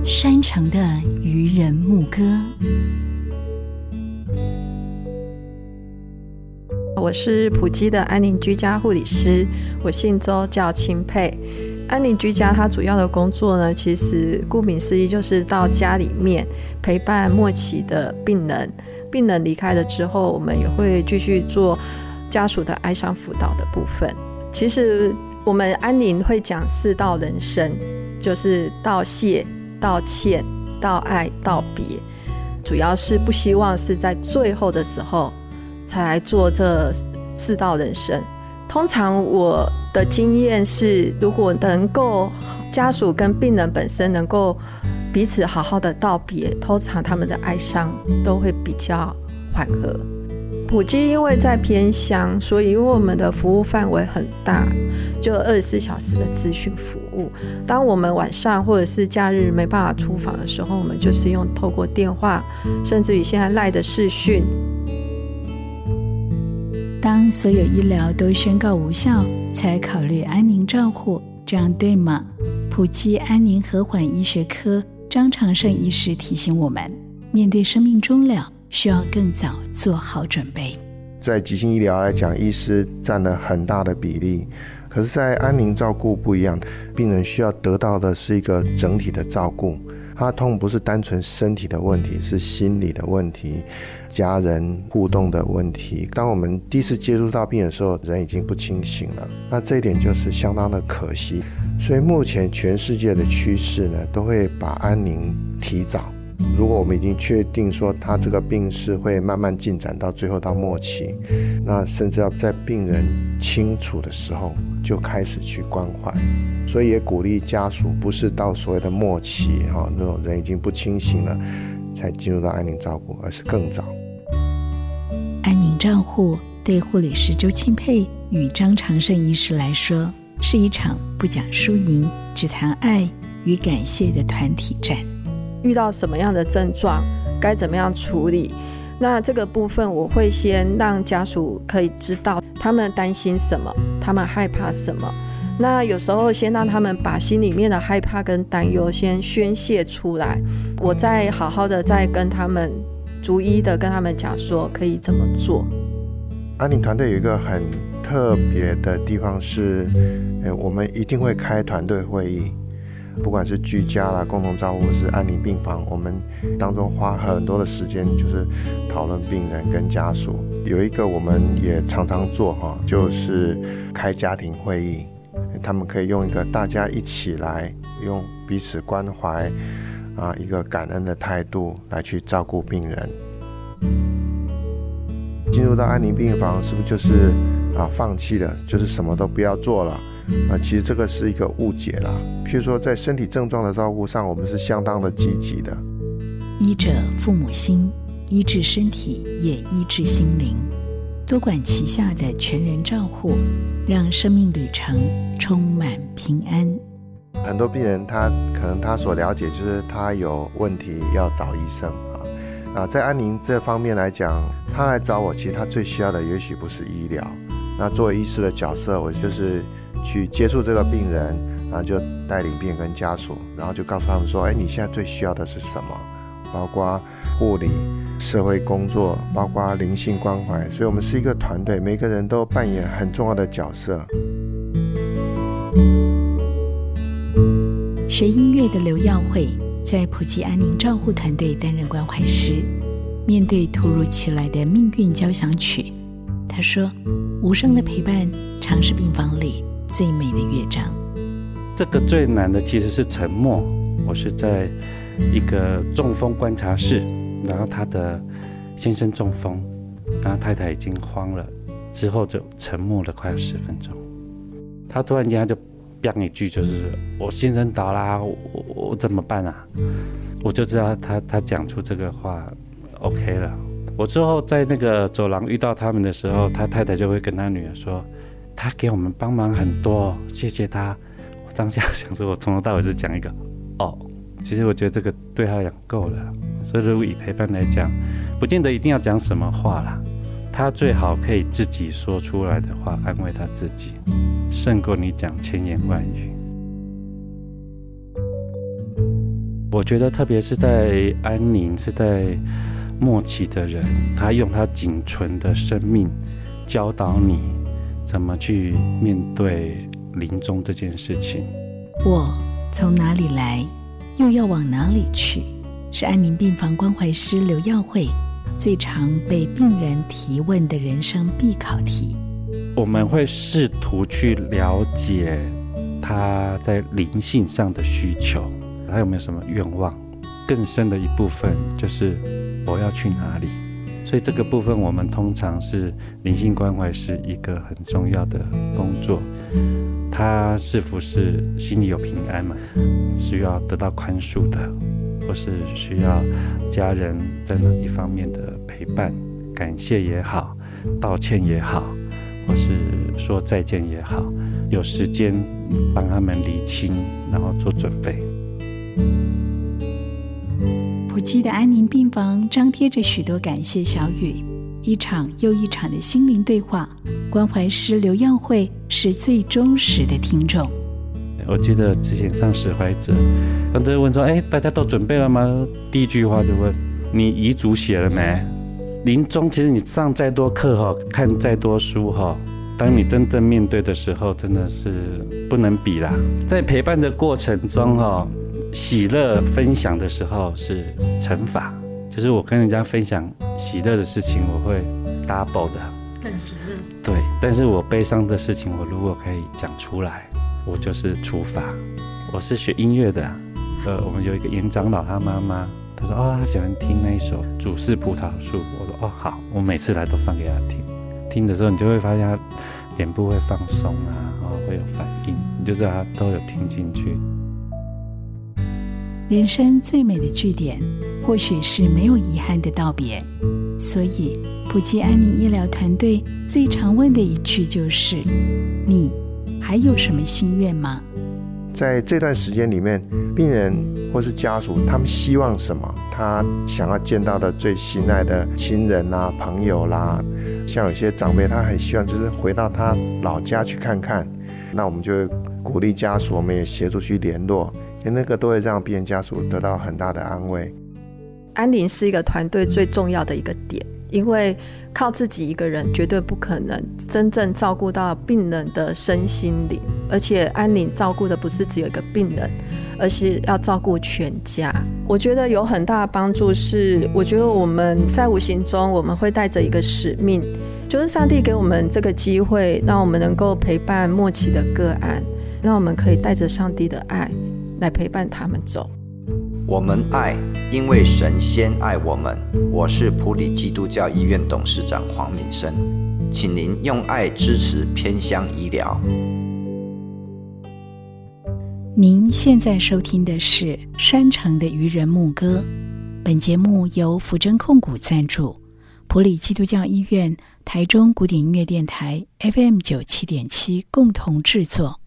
山城的渔人牧歌。 我是埔基的安宁居家护理师，我姓周，叫钦佩。安宁居家它主要的工作呢，其实顾名思义就是到家里面陪伴末期的病人，病人离开了之后，我们也会继续做家属的哀伤辅导的部分。其实我们安宁会讲4道人生，就是道谢、道歉、道爱、道别，主要是不希望是在最后的时候才来做这4道人生。通常我的经验是，如果能够家属跟病人本身能够彼此好好的道别，通常他们的哀伤都会比较缓和。埔基因为在偏乡，所以因为我们的服务范围很大，就24小时的咨询服务。当我们晚上或者是假日没办法出访的时候，我们就是透过电话，甚至于现在LINE的视讯。 当所有医疗都宣告无效，才考虑安宁照护，这样对吗？埔基安宁和缓医学科张长胜医师提醒我们，面对生命终了，需要更早做好准备。 在急性医疗来讲，医师占了很大的比例，可是在安宁照顾不一样，病人需要得到的是一个整体的照顾。他痛不是单纯身体的问题，是心理的问题，家人互动的问题。当我们第一次接触到病人的时候，人已经不清醒了，那这一点就是相当的可惜。所以目前全世界的趋势呢，都会把安宁提早。如果我们已经确定说他这个病是会慢慢进展到最后到末期，那甚至要在病人清楚的时候就开始去关怀。所以也鼓励家属不是到所谓的末期那种人已经不清醒了才进入到安宁照顾，而是更早。 安宁照护对护理师周钦佩与张长胜医师来说，是一场不讲输赢，只谈爱与感谢的团体战。 遇到什么样的症状该怎么样处理，那这个部分我会先让家属可以知道他们担心什么，他们害怕什么。那有时候先让他们把心里面的害怕跟担忧先宣泄出来，我再好好的再跟他们逐一的跟他们讲说可以怎么做。 安宁团队有一个很特别的地方是，我们一定会开团队会议，不管是居家啦、共同照护或是安宁病房，我们当中花很多的时间就是讨论病人跟家属。有一个我们也常常做就是开家庭会议，他们可以用一个大家一起来用彼此关怀一个感恩的态度来去照顾病人。进入到安宁病房是不是就是放弃了，就是什么都不要做了？其实这个是一个误解啦。譬如说在身体症状的照顾上，我们是相当的积极的。 医者父母心，医治身体也医治心灵，多管齐下的全人照护，让生命旅程充满平安。 很多病人可能他所了解就是他有问题要找医生在安宁这方面来讲，他来找我，其实他最需要的也许不是医疗。那作为医师的角色，我就是去接触这个病人，然后就带领病人跟家属，然后就告诉他们说，你现在最需要的是什么，包括护理、社会工作，包括灵性关怀。所以我们是一个团队，每个人都扮演很重要的角色。 学音乐的刘耀慧在埔基安宁照护团队担任关怀师，面对突如其来的命运交响曲，他说，无声的陪伴常是病房里最美的乐章。 这个最难的其实是沉默。我是在一个中风观察室，然后他的先生中风，然后太太已经慌了，之后就沉默了快要10分钟。他突然间就飙一句，就是我先生倒啦，我怎么办啊？我就知道他讲出这个话 OK 了。我之后在那个走廊遇到他们的时候，他太太就会跟他女儿说，他给我们帮忙很多，谢谢他。我当下想说，我从头到尾是讲一个其实我觉得这个对他讲够了。所以如果以陪伴来讲，不见得一定要讲什么话啦，他最好可以自己说出来的话安慰他自己，胜过你讲千言万语。 我觉得特别是在安宁是在末期的人，他用他仅存的生命教导你怎么去面对临终这件事情。 我从哪里来，又要往哪里去，是安宁病房关怀师刘耀慧最常被病人提问的人生必考题。 我们会试图去了解他在灵性上的需求，他有没有什么愿望。更深的一部分就是我要去哪里，所以这个部分我们通常是灵性关怀师一个很重要的工作。他是否是心里有平安嘛？需要得到宽恕的，或是需要家人在哪一方面的陪伴，感谢也好，道歉也好，或是说再见也好，有时间帮他们厘清，然后做准备。 埔基的安宁病房张贴着许多感谢小语，一场又一场的心灵对话。关怀师刘耀慧是最忠实的听众。 我记得之前上史怀者，他就问说：“大家都准备了吗？”第一句话就问：“你遗嘱写了没？”临终其实你上再多课看再多书当你真正面对的时候，真的是不能比啦。在陪伴的过程中喜乐分享的时候是乘法，就是我跟人家分享喜乐的事情，我会 double 的， 更喜乐。 对，但是我悲伤的事情，我如果可以讲出来，我就是除法。我是学音乐的，我们有一个严长老，他妈妈，他说他喜欢听那一首《主是葡萄树》，我说好，我每次来都放给他听。听的时候，你就会发现他脸部会放松会有反应，你就知道他都有听进去。 人生最美的句点，或许是没有遗憾的道别。所以埔基安宁医疗团队最常问的一句就是：你还有什么心愿吗？ 在这段时间里面，病人或是家属他们希望什么，他想要见到的最心爱的亲人啦、朋友啦，像有些长辈他很希望就是回到他老家去看看，那我们就会鼓励家属，我们也协助去联络，因为那个都会让病人家属得到很大的安慰。 安宁是一个团队最重要的一个点，因为靠自己一个人绝对不可能真正照顾到病人的身心灵，而且安宁照顾的不是只有一个病人，而是要照顾全家。我觉得有很大的帮助是，我觉得我们在无形中我们会带着一个使命，就是上帝给我们这个机会，让我们能够陪伴末期的个案，让我们可以带着上帝的爱来陪伴他们走。 我们爱，因为神先爱我们。我是埔里基督教医院董事长黄敏生，请您用爱支持偏乡医疗。 您现在收听的是山城的渔人牧歌，本节目由福珍控股赞助，埔里基督教医院、台中古典音乐电台 FM 97.7共同制作。